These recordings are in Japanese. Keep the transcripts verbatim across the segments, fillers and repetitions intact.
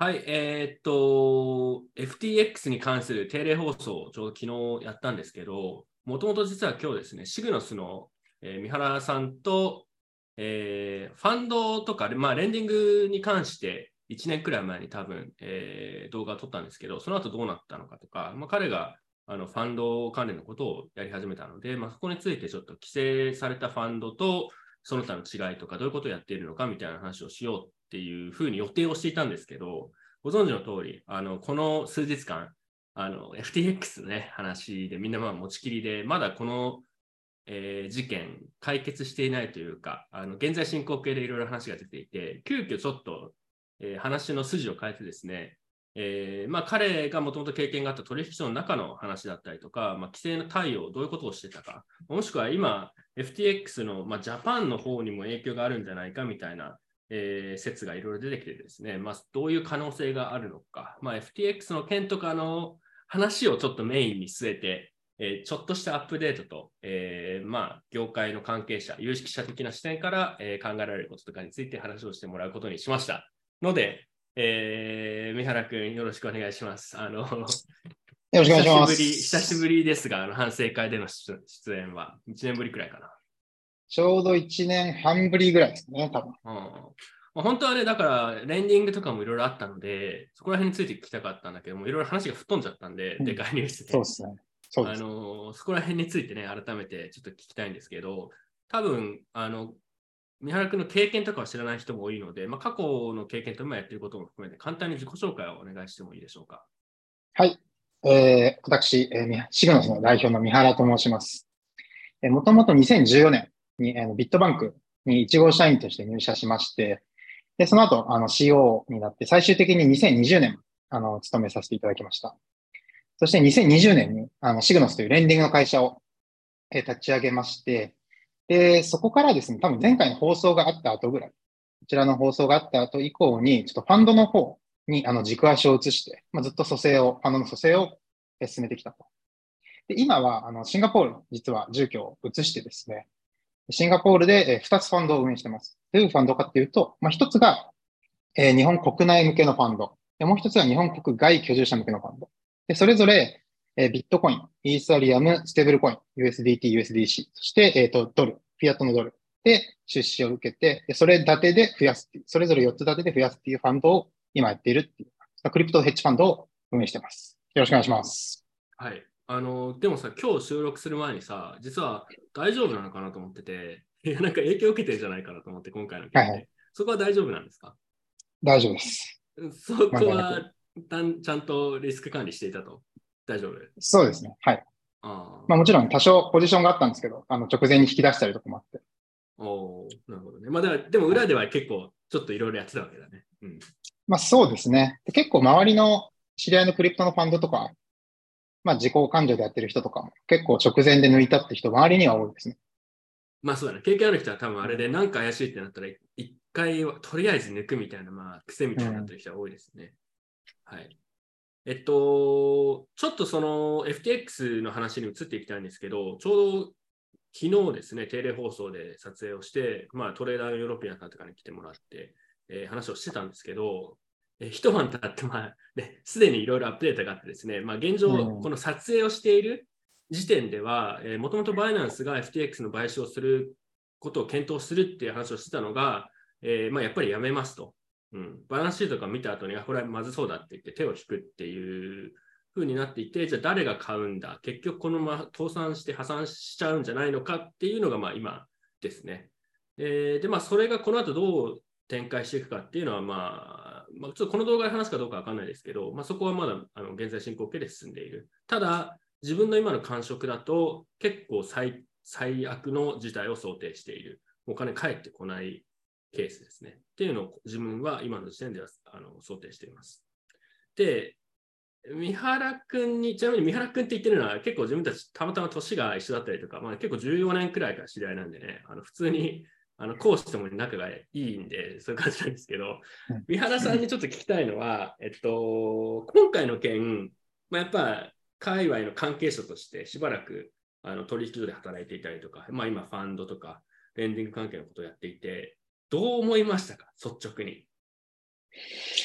はい、えーっと、エフティーエックス に関する定例放送をちょうど昨日やったんですけど、もともと実は今日ですね、シグノスの、えー三原さんと、えーファンドとか、まあ、レンディングに関していちねんくらい前に多分、えー動画を撮ったんですけど、その後どうなったのかとか、まあ、彼があのファンド関連のことをやり始めたので、まあ、そこについてちょっと規制されたファンドとその他の違いとか、どういうことをやっているのかみたいな話をしようっていうふうに予定をしていたんですけど、ご存知の通り、あのこの数日間、あの エフティーエックス の、ね、話でみんなまあ持ちきりで、まだこの、えー事件解決していないというか、あの現在進行形でいろいろ話が出ていて、急遽ちょっと、えー話の筋を変えてですね、えーまあ、彼がもともと経験があった取引所の中の話だったりとか、まあ、規制の対応、どういうことをしてたか、もしくは今、エフティーエックス の、まあ、ジャパンの方にも影響があるんじゃないかみたいな、えー説がいろいろ出てきてですね、まあ、どういう可能性があるのか、まあ、エフティーエックス の件とかの話をちょっとメインに据えて、えーちょっとしたアップデートと、えーまあ、業界の関係者、有識者的な視点から、えー考えられることとかについて話をしてもらうことにしました。ので、えー、三原君、よろしくお願いします。あのよろしくお願いしま久しぶり、久しぶす。 りですが、あの反省会での出出演はいちねんぶりくらいかな。 ちょうどいちねんはんぶりぐらいですね、多分。 うんまあ、本当はね、だから、レンディングとかもいろいろあったので、そこら辺について聞きたかったんだけども、いろいろ話が吹っ飛んじゃったんで、 うん、 でかいニュースで。 そうですね。そうであす。 のーそこら辺についてね、改めてちょっと聞きたいんですけど、多分、あの、三原君の経験とかは知らない人も多いので、まあ、過去の経験と今やっていることも含めて、簡単に自己紹介をお願いしてもいいでしょうか。 はい。えー、私、えー、みシグノスの代表の三原と申します。えー、もともとにせんじゅうよねんに、えー、ビットバンクにいち号社員として入社しまして、で、その後、あの、シーオー になって、最終的ににせんにじゅうねん、あの、勤めさせていただきました。そしてにせんにじゅうねんに、あの、シグノスというレンディングの会社を、えー立ち上げまして、で、そこからですね、多分前回の放送があった後ぐらい、こちらの放送があった後以降に、ちょっとファンドの方にあの軸足を移して、まあ、ずっと蘇生を、ファンドの蘇生を進めてきたと。で、今はあのシンガポール、実は住居を移してですね、シンガポールでふたつファンドを運営しています。どういうファンドかっていうと、まあ、ひとつが、えー日本国内向けのファンド。でもう一つが日本国外居住者向けのファンド。で、それぞれ、えービットコイン、イーサリアム、ステーブルコイン、ユーエスディーティー、ユーエスディーシー、そして、えっ、と、ドル、フィアットのドルで出資を受けて、でそれ立てで増やすっていう、それぞれよっつ立てで増やすっていうファンドを今やっているっていう、クリプトヘッジファンドを運営しています。よろしくお願いします。 はい。あの、でもさ、今日収録する前にさ、実は大丈夫なのかなと思ってて、いや、なんか影響を受けてるんじゃないかなと思って、今回の件で。 はいはい。 そこは大丈夫なんですか？ 大丈夫です。 そ問題なく。 こはたんちゃんとリスク管理していたと。大丈夫。 そうですね。はい。 ああ、 まあもちろん多少ポジションがあったんですけど、あの直前に引き出したりとかもあって。 おーなるほどね。まあ、だからでもはい、 裏では結構ちょっといろいろやってたわけだね。うん。 まあそうですね。で結構周りの知り合いのクリプトのファンドとか、まあ自己感情でやってる人とかも結構直前で抜いたって人周りには多いですね。 まあそうだね。経験ある人は多分あれでうん。 なんか怪しいってなったら、一回はとりあえず抜くみたいな、まあ癖みたいになってうん。 る人は多いですね。はい。えっと、ちょっとその エフティーエックス の話に移っていきたいんですけど、ちょうど昨日ですね、定例放送で撮影をして、まあ、トレーダーのヨーロピアンさんとかに来てもらって、えー話をしてたんですけど、えー一晩経って、まあね、すでにいろいろアップデートがあってですね、まあ、現状、 うん。 この撮影をしている時点では、もともとバイナンスが エフティーエックス の買収をすることを検討するっていう話をしてたのが、えーまあ、やっぱりやめますと。うん、バランスシートとか見た後に、これはまずそうだって言って手を引くっていう風になっていて、じゃあ誰が買うんだ、結局このまま倒産して破産しちゃうんじゃないのかっていうのがまあ今ですね。えーで、まあそれがこの後どう展開していくかっていうのは、まあ、まあ、ちょっとこの動画で話すかどうかわかんないですけど、まあ、そこはまだあの現在進行形で進んでいる。ただ、自分の今の感触だと結構最最悪の事態を想定している。お金返ってこないケースですね。っていうのを自分は今の時点ではあの想定しています。で、三原君に、ちなみに三原君って言ってるのは結構自分たちたまたま年が一緒だったりとか、まあ、結構じゅうよねんくらいから知り合いなんでね、あの普通にあの講師とも仲がいいんで、そういう感じなんですけど、 うん。 三原さんにちょっと聞きたいのは、えっと、今回の件、まあ、やっぱ界隈の関係者としてしばらくあの取引所で働いていたりとか、まあ、今ファンドとかレンディング関係のことをやっていて、どう思いましたか、率直に。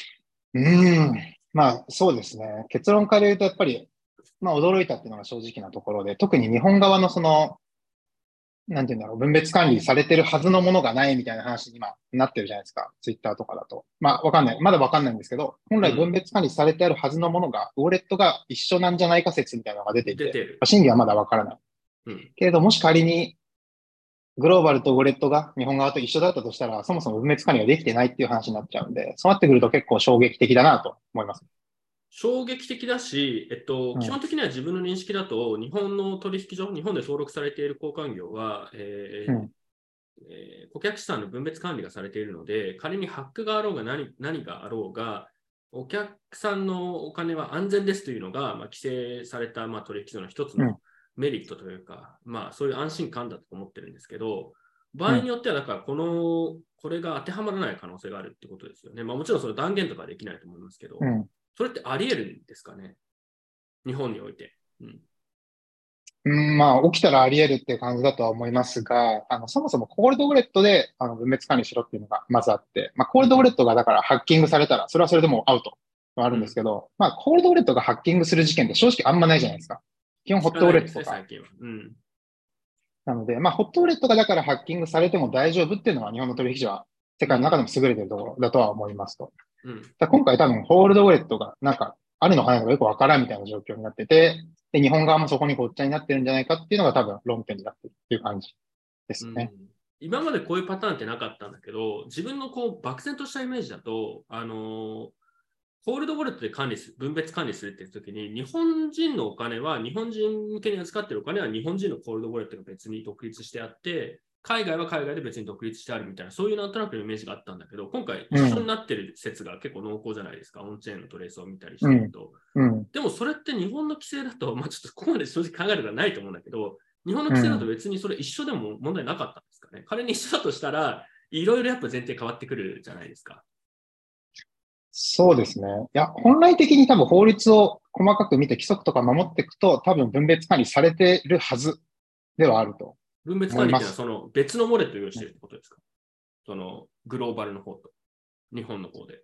うーん。まあ、そうですね。結論から言うと、やっぱり、まあ、驚いたっていうのが正直なところで、特に日本側のその、なんていうんだろう、分別管理されてるはずのものがないみたいな話に今なってるじゃないですか。ツイッターとかだと。まあ、わかんない。まだわかんないんですけど、本来分うん。 別管理されてあるはずのものが、ウォレットが一緒なんじゃないか説みたいなのが出ていて、 出てる。 まあ真偽はまだわからない。 うん。 けれど、もし仮にグローバルとウォレットが日本側と一緒だったとしたら、そもそも分別管理ができてないっていう話になっちゃうんで、そうなってくると結構衝撃的だなと思います。 衝撃的だし、えっと、 うん。 基本的には自分の認識だと、日本の取引所、日本で登録されている交換業は、えうん。 ーえー顧客資産の分別管理がされているので、仮にハックがあろうが何何があろうが、お客さんのお金は安全ですというのが、まあ、規制された、まあ、取引所の一つうん。 のメリットというか、まあ、そういう安心感だと思ってるんですけど、場うん。 合によっては、だからこの、これが当てはまらない可能性があるってことですよね。まあ、もちろんその断言とかはできないと思いますけど、 うん。 それってあり得るんですかね、日本において。うん。 うん、まあ、起きたらあり得るっていう感じだとは思いますが、あの、そもそもコールドウォレットで、あの、分別管理しろっていうのがまずあって、まあ、コールドウォレットがだからハッキングされたら、それはそれでもうアウトはあるんですうん。 けど、まあ、コールドウォレットがハッキングする事件って正直あんまないじゃないですか。基本ホットウォ聞かないですね、 レットとか。 最近は。うん。 なので、まあ、ホットウォレットがだからハッキングされても大丈夫っていうのは日本の取引所は世うん。 界の中でも優れてるところだとは思いますと。 うん。 だ今回多分、ホールドウォレットがなんか、あるのかないのかよくわからんみたいな状況になってて、で、日本側もそこにごっちゃになってるんじゃないかっていうのが多分論点になってるっていう感じでうん。 すね。 今までこういうパターンってなかったんだけど、自分のこう漠然としたイメージだと、あのコールドウォレットで管理する、分別管理するっていう時に、日本人のお金は、日本人向けに預かっているお金は日本人のコールドウォレットが別に独立してあって、海外は海外で別に独立してあるみたいな、そういうなんとなくのイメージがあったんだけど、今回一緒にうん、 なってる説が結構濃厚じゃないですか、オンチェーンのトレースを見たりしうん、 てると。 うん、 でもそれって日本の規制だと、まあ、ちょっとここまで正直考えることはないと思うんだけど、日本の規制だとうん。 別にそれ一緒でも問題なかったんですかね。仮に一緒だとしたら、いろいろやっぱ前提変わってくるじゃないですか。 そうですね。いや、本来的に多分法律を細かく見て規則とか守っていくと、多分分別管理されてるはずではあると分別管理っていうのは思います。 その別のモレットを用意しうん、 てるってことですか？そのグローバルの方と日本の方で。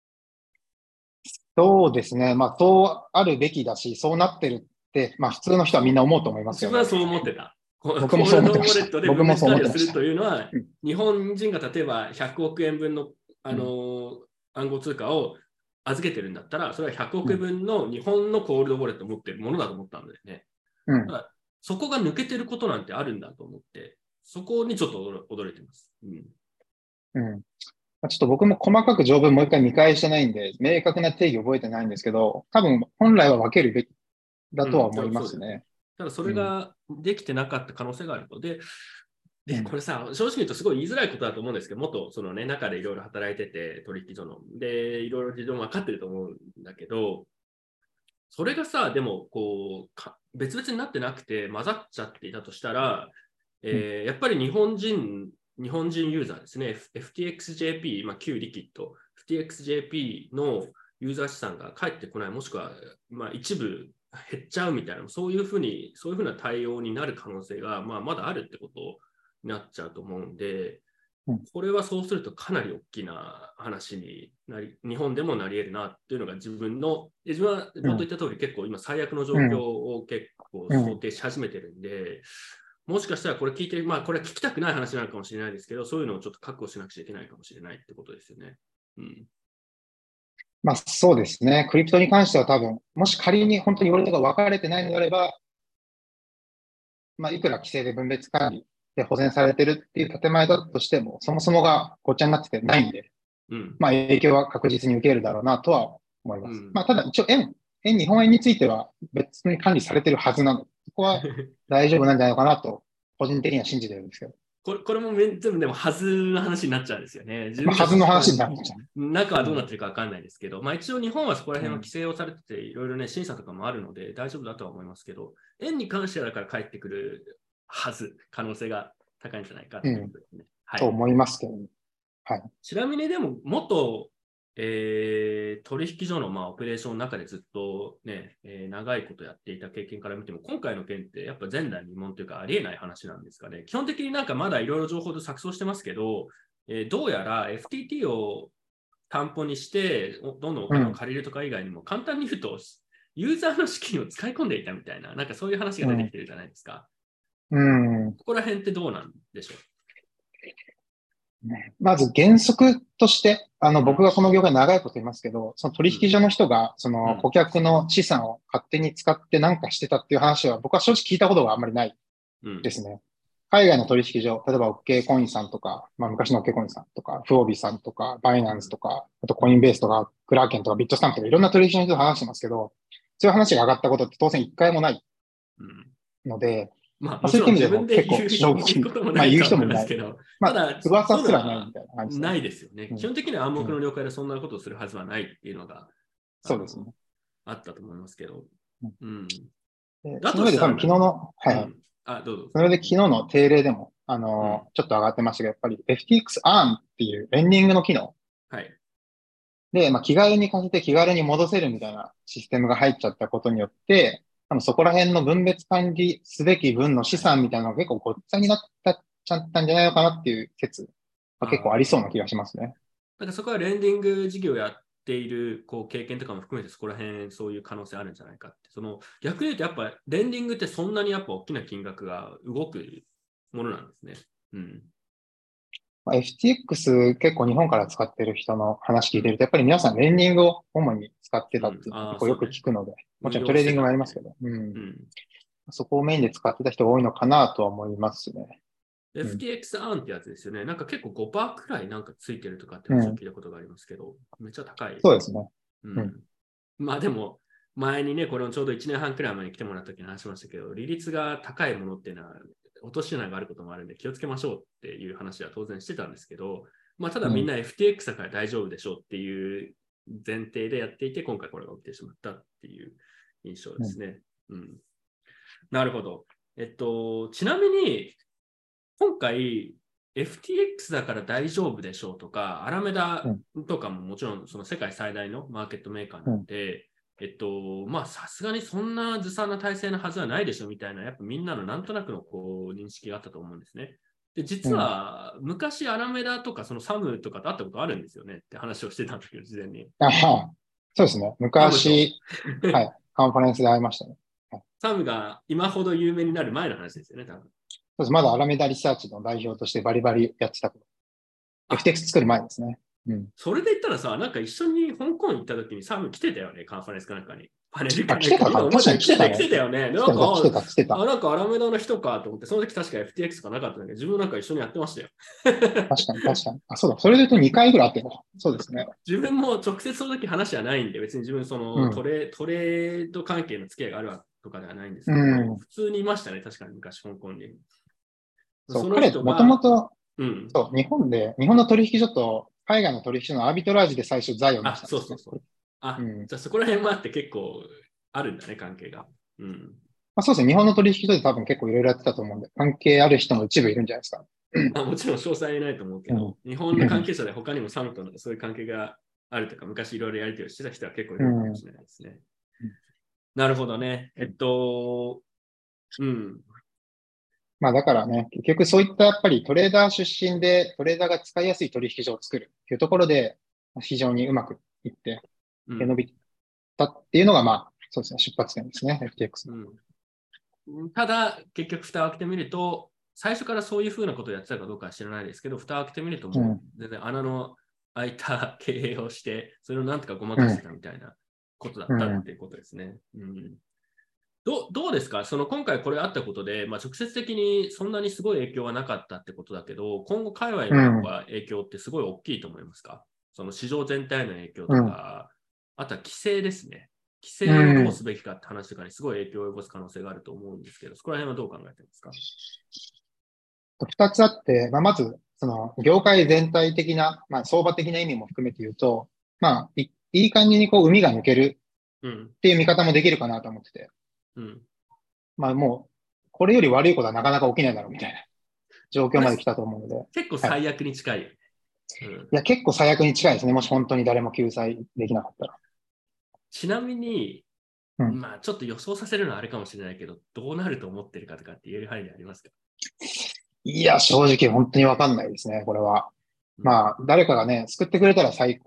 そうですね。まあ、そうあるべきだし、そうなってるって、まあ、普通の人はみんな思うと思いますよね。 自分はそう思ってた。コ僕もそうールド思ってました。 ウォレットで僕もそう分別管思ってました。 理をするというのは、 うん、 日本人が例えばひゃくおくえんぶんの、あうん、 の暗号通貨を預けてるんだったら、それはひゃくおくえんうん、 ぶんの日本のコールドウォレットを持ってるものだと思ったんだよね。 うん。 ただそこが抜けてることなんてあるんだと思って、そこにちょっと驚いてます。うん。 うん。まあちょっと僕も細かく条文もう一回見返してないんで、明確な定義覚えてないんですけど、多分本来は分けるべきだうん、 とは思いまそうだよね。 すね。 ただそうん。 れができてなかった可能性があるので、で、こうん。 れさ、正直言うとすごい言いづらいことだと思うんですけど、もっとそのね、中でいろいろ働いてて、取引所の。で、いろいろ事情も分かってると思うんだけど、それがさ、でも、こう、か別々になってなくて混ざっちゃっていたとしたら、 うん。 えーやっぱり日本人、日本人ユーザーですね、エフティーエックスジェーピー、まあ、旧リキッド、エフティーエックスジェーピー のユーザー資産が返ってこない、もしくは、まあ、一部減っちゃうみたいな、そういうふうに、そういうふうな対応になる可能性が、まあ、まだあるってことになっちゃうと思うんで、 うん。 これはそうするとかなり大きな話になり、日本でもなり得るなっていうのが自分の、自分は冒頭言った通り結構今最悪の状況うん。 を結構うん。 想定し始めてるんで、もしかしたらこれ聞いて、まあこれは聞きたくない話なのかもしれないですけど、そういうのをちょっと確保しなくちゃいけないかもしれないってことですよね。うん。 まあそうですね。クリプトに関しては多分、もし仮に本当にウォレットが分かれてないのであれば、まあいくら規制で分別管理で保全されてるっていう建前だとしても、そもそもがごっちゃになっててないんで、 うん。 まあ影響は確実に受けるだろうなとは思います。まうん。 あただ一応円、円、日本円については別に管理されてるはずなので、そこは大丈夫なんじゃないのかなと、個人的には信じてるんですけど。 これこれも全部でもはずの話になっちゃうんですよね。自分たまあはずのちしかも話になっちゃ中はう。うん。 どうなってるか分かんないですけど、まあ一応日本はそこら辺は規うん。 制をされてて、いろいろね、審査とかもあるので大丈夫だとは思いますけど、円に関してはだから返ってくるはず、可能性が高いんじゃないかっていううん。 ことですね。はい。 と思いますけどね。はい。 ちなみにでも、元、えー取引所のまあオペレーションの中でずっとね、えー長いことやっていた経験から見ても、今回の件ってやっぱ前代未聞というかありえない話なんですかね。基本的になんかまだいろいろ情報で錯綜してますけど、えーどうやら エフティーティー を担保にして、どんどんお金を借りるとか以外にも、簡単に言うと、ユーザーの資金を使い込んでいたみたいな、なんかそういう話が出てきてるじゃないですか。 うん。 ここら辺ってどうなんでしょう。まず原則として、あの、僕がこの業界長いこと言いますけど、その取引所の人が、その顧客の資産を勝手に使って何かしてたっていう話は、僕は正直聞いたことがあんまりないですね。うん、海外の取引所、例えば OK コインさんとか、まあ昔の OK コインさんとか、フオービさんとか、バイナンスとか、あとコインベースとか、クラーケンとか、ビットスタンプとか、いろんな取引所の人と話してますけど、そういう話が上がったことって当然一回もないので、 うん、まあ、そういった意味でも結構衝撃。まあ言う人もいないけど、まあ、ただ、噂すらないみたいな感じですね。ないですよね。うん、基本的には暗黙の了解でそんなことをするはずはないっていうのが、うん、 そうですね。 あったと思いますけど。 うん。 うん、 その上で多分昨日の、はい、うん、 あ、どうぞ。 それで昨日の定例でも、あのーうん、ちょっと上がってましたけど、やっぱり エフティーエックス アーム っていうレンディングの機能。 はい。 で、まあ、気軽に貸せて気軽に戻せるみたいなシステムが入っちゃったことによって、多分そこら辺の分別管理すべき分の資産みたいなのが結構ごっちゃになったっちゃったんじゃないのかなっていう説が結構ありそうな気がしますね。 なんかそこはレンディング事業やっているこう経験とかも含めてそこら辺そういう可能性あるんじゃないかって。その逆に言うとやっぱレンディングってそんなにやっぱ大きな金額が動くものなんですね。うん。 エフティーエックス 結構日本から使ってる人の話聞いてると、やっぱり皆さんレンディングを主に使ってたっていうのが結構よく聞くので、うんね、もちろんトレーディングもありますけど、うんうん、そこをメインで使ってた人が多いのかなとは思いますね。 エフティーエックス アームってやつですよね。なんか結構 ごパーセント くらいなんかついてるとかって話を聞いたことがありますけど、うん、めっちゃ高い。 そうですね。 うん。うん、まあでも、前にね、これをちょうどいちねんはんくらい前に来てもらった時に話しましたけど、利率が高いものっていうのは落とし穴があることもあるんで気をつけましょうっていう話は当然してたんですけど、まあただみんな エフティーエックス だから大丈夫でしょうっていう前提でやっていて、今回これが起きてしまったっていう印象ですね。うん。うん、なるほど。えっと、ちなみに、今回、エフティーエックス だから大丈夫でしょうとか、アラメダとかももちろんその世界最大のマーケットメーカーなんで、うん、えっと、まあさすがにそんなずさんな体制のはずはないでしょみたいな、やっぱみんなのなんとなくのこう認識があったと思うんですね。で、実は昔アラメダとかそのサムとかと会ったことあるんですよねって話をしてたんだけど、事前に。 あはそうですね。昔、はい、カンファレンスで会いましたね。 はい、サムが今ほど有名になる前の話ですよね、多分。 そうです。まだアラメダリサーチの代表としてバリバリやってたこと。エフティーエックス 作る前ですね。うん。 それで言ったらさ、なんか一緒に香港行った時にサム来てたよね、カンファレンスかなんかに。パネルか来てたかな、確かに来てた、ね、 来てたよね。 なんか、来てた、来てた。 あ、なんかアラメダの人かと思って、その時確か エフティーエックス かなかったんだけど、自分なんか一緒にやってましたよ。 確かに、確かに。あ、そうだ。それで言うとにかいぐらいあってた。そうですね。 自分も直接その時話はないんで、別に自分その、うん、トレ、トレード関係の付き合いがあるとかではないんですけど、うん、普通にいましたね、確かに昔、香港に。 そう、そ彼、もともと、そう、日本で、日本の取引所と海外の取引所のアービトラージで最初財を成したんです、ね。 あ、そうそうそう。あ、うん、じゃあそこら辺もあって結構あるんだね、関係が。うん。 まあ、そうですね。日本の取引所で多分結構いろいろやってたと思うんで、関係ある人も一部いるんじゃないですか。 あもちろん詳細はないと思うけど、うん、日本の関係者で他にもサムとのそういう関係があるとか、昔いろいろやり取りしてた人は結構いるかもしれないですね。うん、なるほどね。えっと、うん。 まあだからね、結局そういったやっぱりトレーダー出身でトレーダーが使いやすい取引所を作るっていうところで非常にうまくいって伸びたっていうのがまあそうですね、出発点ですね、エフティーエックス の。 うん、ただ結局蓋を開けてみると、最初からそういうふうなことをやってたかどうかは知らないですけど、蓋を開けてみるともう全然穴の開いた経営をして、それをなんとかごまかしてたみたいなことだったっていうことですね。うんうんど, どうですかその今回これあったことで、まあ、直接的にそんなにすごい影響はなかったってことだけど、今後界隈の影響ってすごい大きいと思いますか、うん、その市場全体の影響とか、うん、あとは規制ですね。規制をどうすべきかって話とかにすごい影響を及ぼす可能性があると思うんですけど、そこら辺はどう考えてますか？ 二つあって、まあ、まず、その業界全体的な、まあ、相場的な意味も含めて言うと、まあ、いい感じにこう海が抜けるっていう見方もできるかなと思ってて。うん、まあもう、これより悪いことはなかなか起きないだろうみたいな状況まで来たと思うので。 結構最悪に近い、はいうん。いや、結構最悪に近いですね。もし本当に誰も救済できなかったら。 ちなみに、うん、まあちょっと予想させるのはあれかもしれないけど、どうなると思ってるかとかって言える範囲でありますか？ いや、正直本当にわかんないですね、これは。まあ、誰かがね、救ってくれたら最高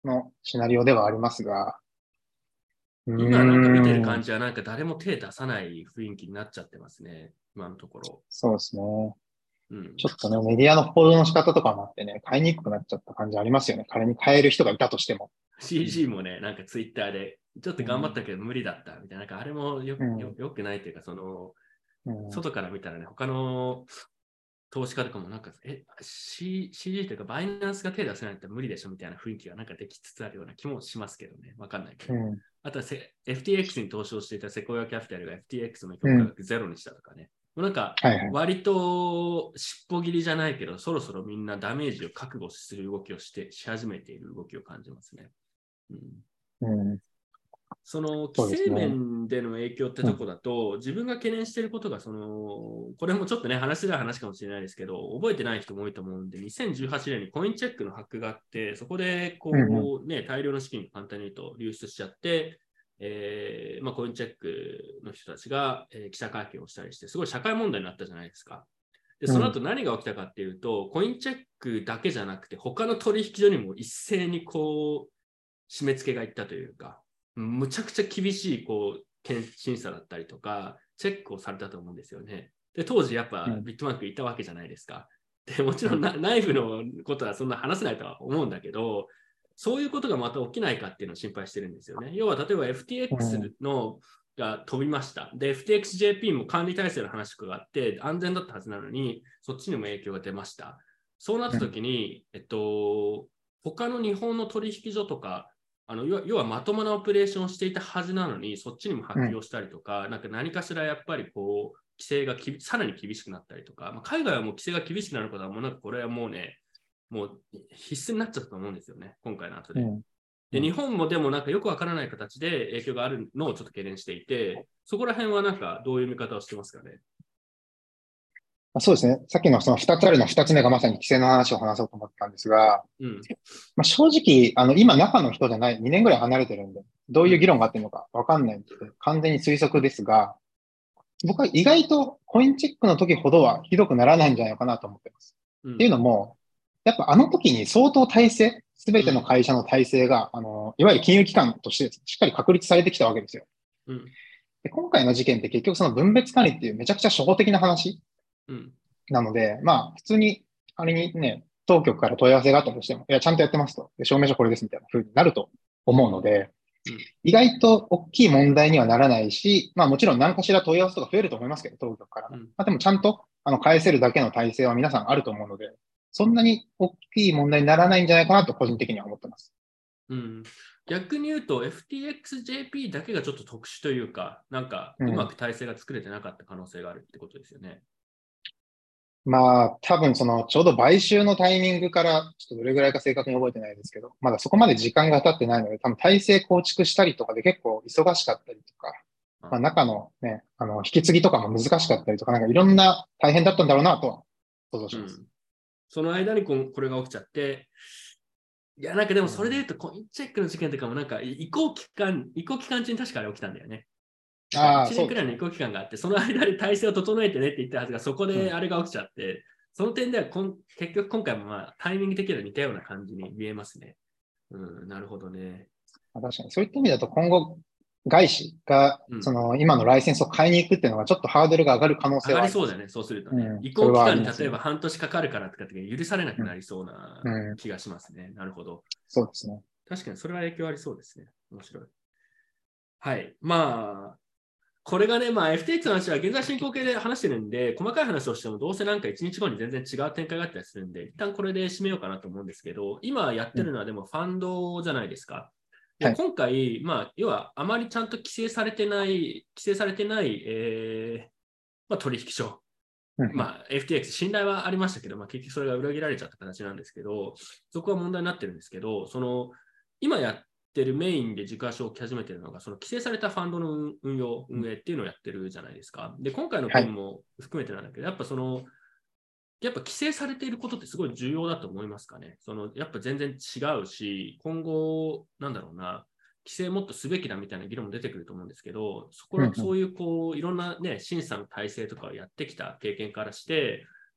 のシナリオではありますが、うー今なんか見てる感ん、 じはなんか誰も手出さない雰囲気になっちゃってますね。今のところ。 そうですね。 うん。 ちょっとね、メディアの報道の仕方とかもあってね、買いにくくなっちゃった感じありますよね。仮に買える人がいたとしても。うシージーん。 もね、なんかツイッターで、ちょっと頑張ったけど無理だったみたいな、なんかあれもようん。 よよくないというか、その、 うん。 外から見たらね、他の投資家とかもなんか、え、C、シージー というか、バイナンスが手出せないって無理でしょみたいな雰囲気がなんかできつつあるような気もしますけどね。わかんないけど。 うん。 あとはせ エフティーエックス に投資をしていたセコイアキャピタルが エフティーエックス のうん。 評価額ゼロにしたとかね。もうなんか、 はいはい。 割と尻尾切りじゃないけど、そろそろみんなダメージを覚悟する動きをしてし始めている動きを感じますね。うん、 うん。 その規制そうですね。 面での影響ってうん。 とこだと、自分が懸念していることが、その、これもちょっとね、話が話かもしれないですけど、覚えてない人も多いと思うんで、にせんじゅうはちねんにコインチェックのハックがあって、そこで、 うん。うん。 こう、ね、大量の資金、簡単に言うと流出しちゃって、えーまあ、コインチェックの人たちが、えー記者会見をしたりして、すごい社会問題になったじゃないですか。で、その後何が起きたかっていうと、コインチェックだけじゃなくて、他の取引所にも一斉にこう、締め付けがいったというか、むちゃくちゃ厳しいこう検審査だったりとか、チェックをされたと思うんですよね。で、当時やっぱうん。 ビットマークいたわけじゃないですか。で、もちうん。 ろん内部のことはそんな話せないとは思うんだけど、そういうことがまた起きないかっていうのを心配してるんですよね。要は例えば エフティーエックス のが飛びました。で、エフティーエックスジェーピー も管理体制の話とかがあって安全だったはずなのに、そっちにも影響が出ました。そうなった時に、えっと、他の日本の取引所とか、あの要はまともなオペレーションをしていたはずなのに、そっちにも波うん。 及をしたりとか、なんか何かしらやっぱりこう、規制がきさらに厳しくなったりとか、まあ、海外はもう規制が厳しくなることはもうなんかこれはもうね、もう必須になっちゃったと思うんですよね、今回の後で。 うん。うで、 ん。 日本もでもなんかよくわからない形で影響があるのをちょっと懸念していて、そこら辺はなんかどういう見方をしてますかね。 まあ、そうですね。さっきのその二つあるの二つ目がまさに規制の話を話そうと思ったんですが、 うん、 まあ、正直、あの、今中の人じゃない、にねんぐらい離れてるんで、どういう議うん、 論があってるのかわかんないんで、完全に推測ですが、僕は意外とコインチェックの時ほどはひどくならないんじゃないかなと思ってます。っていううん、 のも、やっぱあの時に相当体制、すべてのうん、 会社の体制が、あの、いわゆる金融機関としてしっかり確立されてきたわけですよ。 うん、 で、今回の事件って結局その分別管理っていうめちゃくちゃ初歩的な話うん、 なので、まあ、普通に、仮にね、当局から問い合わせがあったとしても、いや、ちゃんとやってますと。で証明書これですみたいな風になると思うので、 うん、 意外と大きい問題にはならないし、まあもちろん何かしら問い合わせとか増えると思いますけど、当局からの。 うん。 まあでもちゃんと、あの、返せるだけの体制は皆さんあると思うので、そんなに大きい問題にならないんじゃないかなと個人的には思ってます。 うん、逆に言うと エフティーエックスジェーピー だけがちょっと特殊というか、なんかうん。 うまく体制が作れてなかった可能性があるってことですよね。 まあ、多分その、ちょうど買収のタイミングから、ちょっとどれぐらいか正確に覚えてないですけど、まだそこまで時間が経ってないので、多分体制構築したりとかで結構忙しかったりとか、まああ、 中のね、あの、引き継ぎとかも難しかったりとか、なんかいろんな大変だったんだろうなとは想像します。 うん。その間にここれが起きちゃって、いや、なんかでもうん。 それで言うと、コインチェックの事件とかもなんか移行期間、移行期間中に確かあれ起きたんだよね。なんかああ、 いちねんそうですね。 くらいの移行期間があって、その間で体制を整えてねって言ったはずが、そこうん。 であれが起きちゃって、その点ではこん結局今回もまあタイミング的には似たような感じに見えますね。うん、なるほどね。 まあ確かに。そういった意味だと今後、外資が、 うん。 その、今のライセンスを買いに行くっていうのはちょっとハードルが上がる可能上性はあります。 がりそうだね、そうするとね。 うん。 移それはあ行期間にりますね。 例えば半年かかるからとかって許されなくうん。 なりそうなうん。 気がしますね。なるほど。 そうですね。 確かにそれは影響ありそうですね。面白い。はい。まあ、これがね、まあ、エフティーエックス の話は現在進行形で話してるんで、細かい話をしてもどうせなんかいちにちごに全然違う展開があったりするんで、一旦これで締めようかなと思うんですけど、今やってうん。 るのはでもファンドじゃないですか。で、 はい。 今回、まあ、要はあまりちゃんと規制されてない、規制されてない、えーまあ、取引所。 うん。うん。 まあ、エフティーエックス 信頼はありましたけど、まあ、結局それが裏切られちゃった形なんですけど、そこは問題になってるんですけど、その、今やってるメインで軸足を置き始めてるのが、その規制されたファンドの運用、運営っていうのをやってるじゃないですか。で、今回のはい。 件も含めてなんだけど、やっぱその、やっぱ規制されていることってすごい重要だと思いますかね。そのやっぱ全然違うし、今後、なんだろうな、規制もっとすべきだみたいな議論も出てくると思うんですけど、そこうん。うん。 らそういうこういろんなね、審査の体制とかをやってきた経験からして、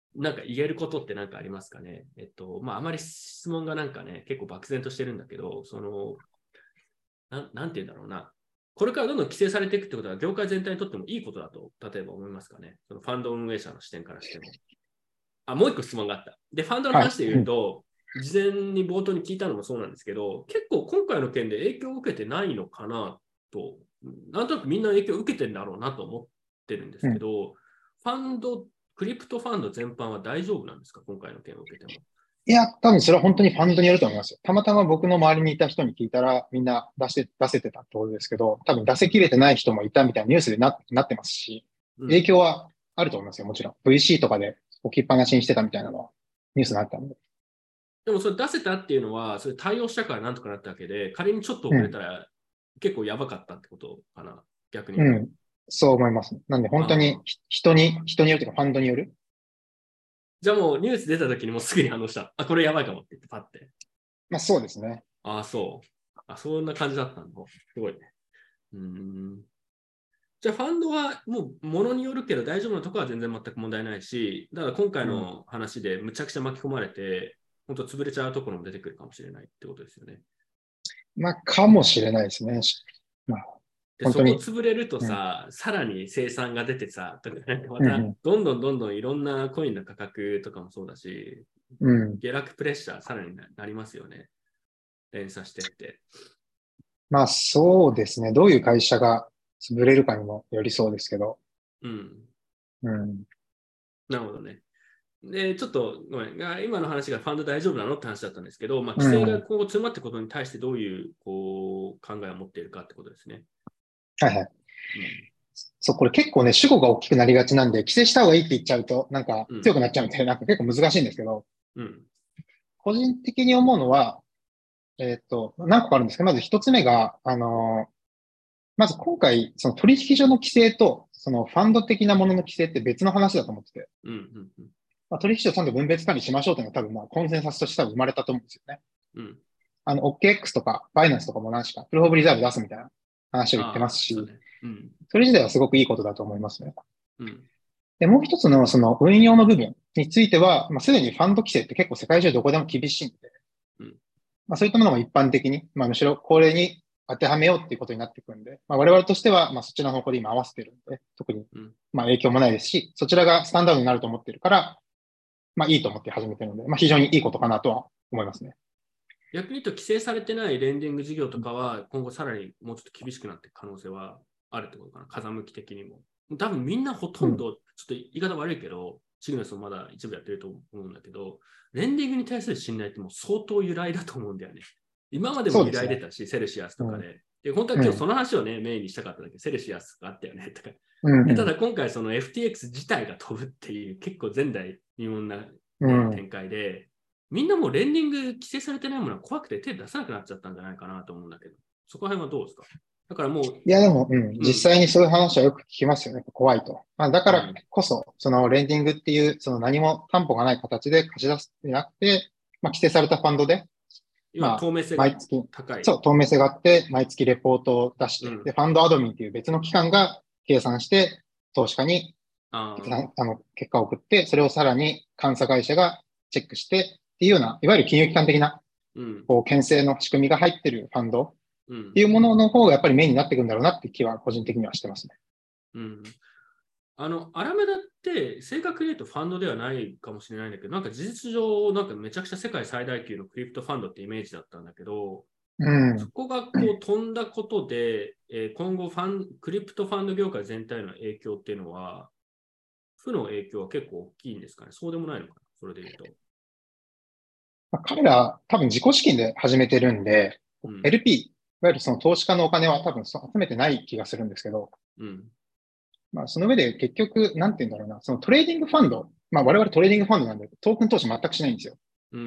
なんか言えることって何かありますかね。えっと、まあ、あまり質問がなんかね、結構漠然としてるんだけど、その、ななんて言うんだろうな。これからどんどん規制されていくってことは、業界全体にとってもいいことだと、例えば思いますかね。そのファンド運営者の視点からしても。あ、もう一個質問があった。で、ファンドのはい。 話で言うと、事前に冒頭に聞いたのもそうなんですけど、結構今回の件で影響を受けてないのかなと、なんとなくみんな影響を受けてるんだろうなと思ってるんですうん。 けど、ファンド、クリプトファンド全般は大丈夫なんですか、今回の件を受けても。 いや、多分それは本当にファンドによると思いますよ。たまたま僕の周りにいた人に聞いたら、みんな出して、出せてたってことですけど、多分出せきれてない人もいたみたいなニュースでな、なってますし、 うん。 影響はあると思いますよ、もちろん。ブイシー とかで置きっぱなしにしてたみたいなのはニュースになったんで。 でもそれ出せたっていうのは、それ対応したからなんとかなったわけで、仮にちょっとうん。 遅れたら結構やばかったってことかな、逆に言うと。 うん。そう思います。なんで本当にああ。 ひ人に、人によるというかファンドによる。 じゃあもうニュース出た時にもうすぐに反応した。あ、これやばいかもって言ってパッて。 まあそうですね。 ああ、そう。あ、そんな感じだったんだ。すごいね。うーん。じゃあファンドはもうものによるけど大丈夫なところは全然全く問題ないし、だから今回うん。 の話でむちゃくちゃ巻き込まれて、本当潰れちゃうところも出てくるかもしれないってことですよね。 まあかもしれないですね。しまあで、そこ本当に。 潰れるとうん。 さ、さらに生産が出てさ、とかなんかまたうん。 どんどんどんどんいろんなコインの価格とかもそうだし、 うん。うん。 下落プレッシャーさらになりますよね。連鎖してって。 まあそうですね。どういう会社が潰れるかにもよりそうですけど。 うん。 うん。 なるほどね。で、ちょっとごめん、今の話がファンド大丈夫なのって話だったんですけど、まあ、規制がうん。 今後強まっていくことに対してどういうこう考えを持っているかってことですね。 はいはい。 うん。 そう、これ結構ね、主語が大きくなりがちなんで、規制した方がいいって言っちゃうと、なんかうん。 強くなっちゃうんで、なんか結構難しいんですけど、 うん。 個人的に思うのは、えーっと、何個かあるんですけど、まず一つ目が、あのーまず今回、その取引所の規制と、そのファンド的なものの規制って別の話だと思ってて、 うん。うん。 まあ、取引所をちゃんと分別管理しましょうというのは多分まあコンセンサスとして多分生まれたと思うんですよね。 うん。 あの、オーケーエックス とか、バイナンスとかも何しか、プルーフオブリザーブ出すみたいな話を言ってまああ、そうすし、 ね。うん。 それ自体はすごくいいことだと思いますね。 うん。 で、もう一つのその運用の部分については、まあ、すでにファンド規制って結構世界中どこでも厳しいんで、 うん。 まあ、そういったものも一般的に、まあ、むしろこれに当てはめようっていうことになっていくんで、まあ、我々としては、まあ、そっちの方向で今合わせてるんで、特に、 うん。 まあ、影響もないですし、そちらがスタンダードになると思ってるから、まあ、いいと思って始めてるので、まあ、非常にいいことかなとは思いますね。 逆に言うと、規制されてないレンディング事業とかは、今後さらにもうちょっと厳しくなっていく可能性はあるってことかな、風向き的にも。多分みんなほとうん。 んど、ちょっと言い方悪いけど、シグナスもまだ一部やってると思うんだけど、レンディングに対する信頼ってもう相当由来だと思うんだよね。今までも由そうですね。 来出たし、セルシアスとうん。 かで。で、本当はうん。 今日その話をね、メインにしたかったんだけど、セルシアスがあったよねとか。 うん。 で、たうん。 だ今回その エフティーエックス 自体が飛ぶっていう結構前代未聞な、ね、 うん。 展開で、みんなもうレンディング規制されてないものは怖くて手出さなくなっちゃったんじゃないかなと思うんだけど、そこら辺はどうですか？だからもう、 いや、でも、うん、 うん、 実際にそういう話はよく聞きますよね。怖いと。まあ、だからうん。 こそ、そのレンディングっていう、その何も担保がない形で貸し出すんじゃなくて、まあ、規制されたファンドで、 要はまあ、 透明性が毎月、 高い。 そう、透明性があって、毎月レポートを出して、で、 うん。 ファンドアドミンっていう別の機関が計算して、投資家に決ああ、 算あの結果を送って、それをさらに監査会社がチェックして、っていうような、いわゆる金融機関的な、 うん、 こう、牽制の仕組みが入ってるファンドうん、 っていうものの方がやっぱりメインになっていくんだろうなって気は個人的にはしてますね。 うん。あの、アラメダって正確に言うとファンドではないかもしれないんだけど、なんか事実上、なんかめちゃくちゃ世界最大級のクリプトファンドってイメージだったんだけど、 うん。 そこがこう飛んだことで、えー今後ファン、クリプトファンド業界全体の影響っていうのは、負の影響は結構大きいんですかね。そうでもないのかな、それで言うと。 まあ、彼ら多分自己資金で始めてるんで、 うん、 エルピー、いわゆるその投資家のお金は多分そ集めてない気がするんですけど、 うん、 まあその上で結局、なんて言うんだろうな、そのトレーディングファンド、まあ我々トレーディングファンドなんでトークン投資全くしないんですよ。 うん。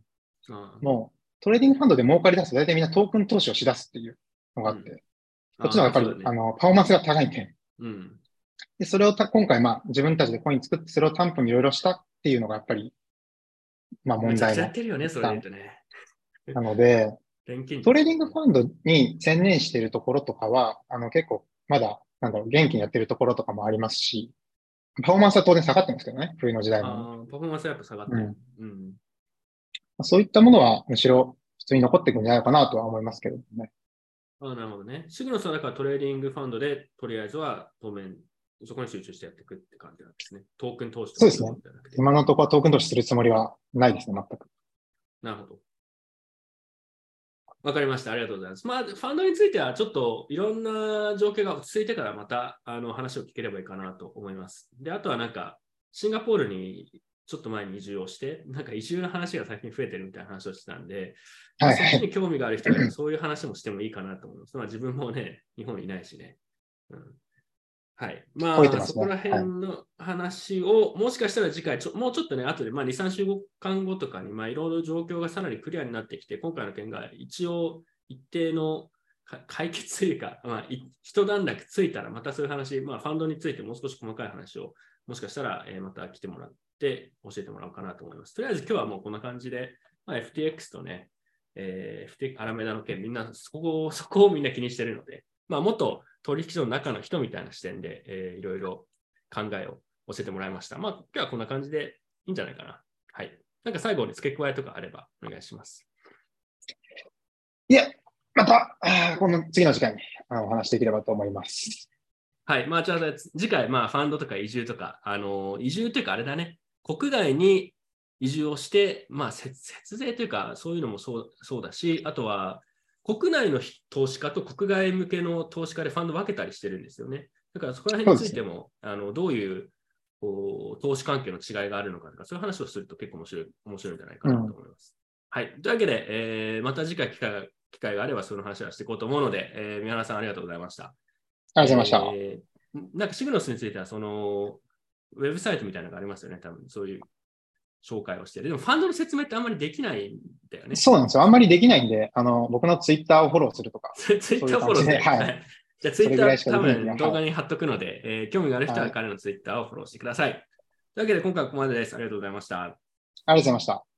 ああ、 もうトレーディングファンドで儲かり出すと大体みんなトークン投資をし出すっていうのがうん。 あって、こっちのああ、 方がやっぱり、あそうだね。 の、パフォーマンスが高いんで、 うん。 で、それをた今回まあ自分たちでコイン作ってそれを担保にいろいろしたっていうのがやっぱり、まあめちゃく問題のちゃやってるよね、それで言う一環とね。 なので、 錬金トレー術。 ディングファンドに専念しているところとかは、あの結構まだ、なんだろう、元気にやってるところとかもありますし、 パフォーマンスは当然下がってますけどね、冬の時代も。 あパフォーマンスはやっぱ下がってる。 うん。 うん。 そういったものはむしろ普通に残っていくんじゃないかなとは思いますけどね。 ああ、なるほどね。シグノスはだからトレーディングファンドで、とりあえずは当面、そこに集中してやっていくって感じなんですね。トークン投資とかそうですね。 じゃなくて。 今のところはトークン投資するつもりはないですね、全く。 なるほど。わかりました。ありがとうございます。まあ、ファンドについては、ちょっといろんな状況が落ち着いてからまたあの話を聞ければいいかなと思います。で、あとはなんか、シンガポールにちょっと前に移住をして、なんか移住の話が最近増えてるみたいな話をしてたんで、まあ、そっちに興味がある人がいればそういう話もしてもいいかなと思います。まあ、自分もね、日本にいないしね。うん、はい。まあ、そこら辺の話を、もしかしたら次回ちょ、もうちょっとね、後で、まあ、に、さんしゅうかんごとかに、まあ、いろいろ状況がさらにクリアになってきて、今回の件が一応一定の解決というか、まあ、一段落ついたら、またそういう話、まあ、ファンドについてもう少し細かい話を、もしかしたら、えー、また来てもらって教えてもらおうかなと思います。とりあえず今日はもうこんな感じで、まあ、エフティーエックス とね、えー、エフティーエックス アラメダの件、みんなそこを、そこをみんな気にしてるので、まあ、もっと取引所の中の人みたいな視点で、えー、いろいろ考えを教えてもらいました。まあ、今日はこんな感じでいいんじゃないかな。はい。なんか最後に付け加えとかあればお願いします。 いや、また、この次の時間にお話できればと思います。 はい。まあ、じゃあ次回、まあ、ファンドとか移住とか、あの、移住というかあれだね、国外に移住をして、まあ、節税というか、そういうのもそうそうだし、あとは、国内の投資家と国外向けの投資家でファンド分けたりしてるんですよね。だからそこら辺についても、ね、あのどういうこう投資関係の違いがあるのかとか、そういう話をすると結構面白い面白いんじゃないかなと思います。うん、はい。というわけで、えー、また次回機会が機会があればその話はしていこうと思うので、えー、宮原さんありがとうございました。 ありがとうございました。 えー、なんかシグノスについては、そのウェブサイトみたいなのがありますよね、多分そういう紹介をして。でもファンドの説明ってあんまりできないんだよね。 そうなんですよ。あんまりできないんで、あの、僕のツイッターをフォローするとか。 ツイッターフォローする。はい。じゃあツイッター多分動画に貼っとくので、はい、えー、興味がある人は彼のツイッターをフォローしてください。というわけで今回はここまでです。ありがとうございました。ありがとうございました。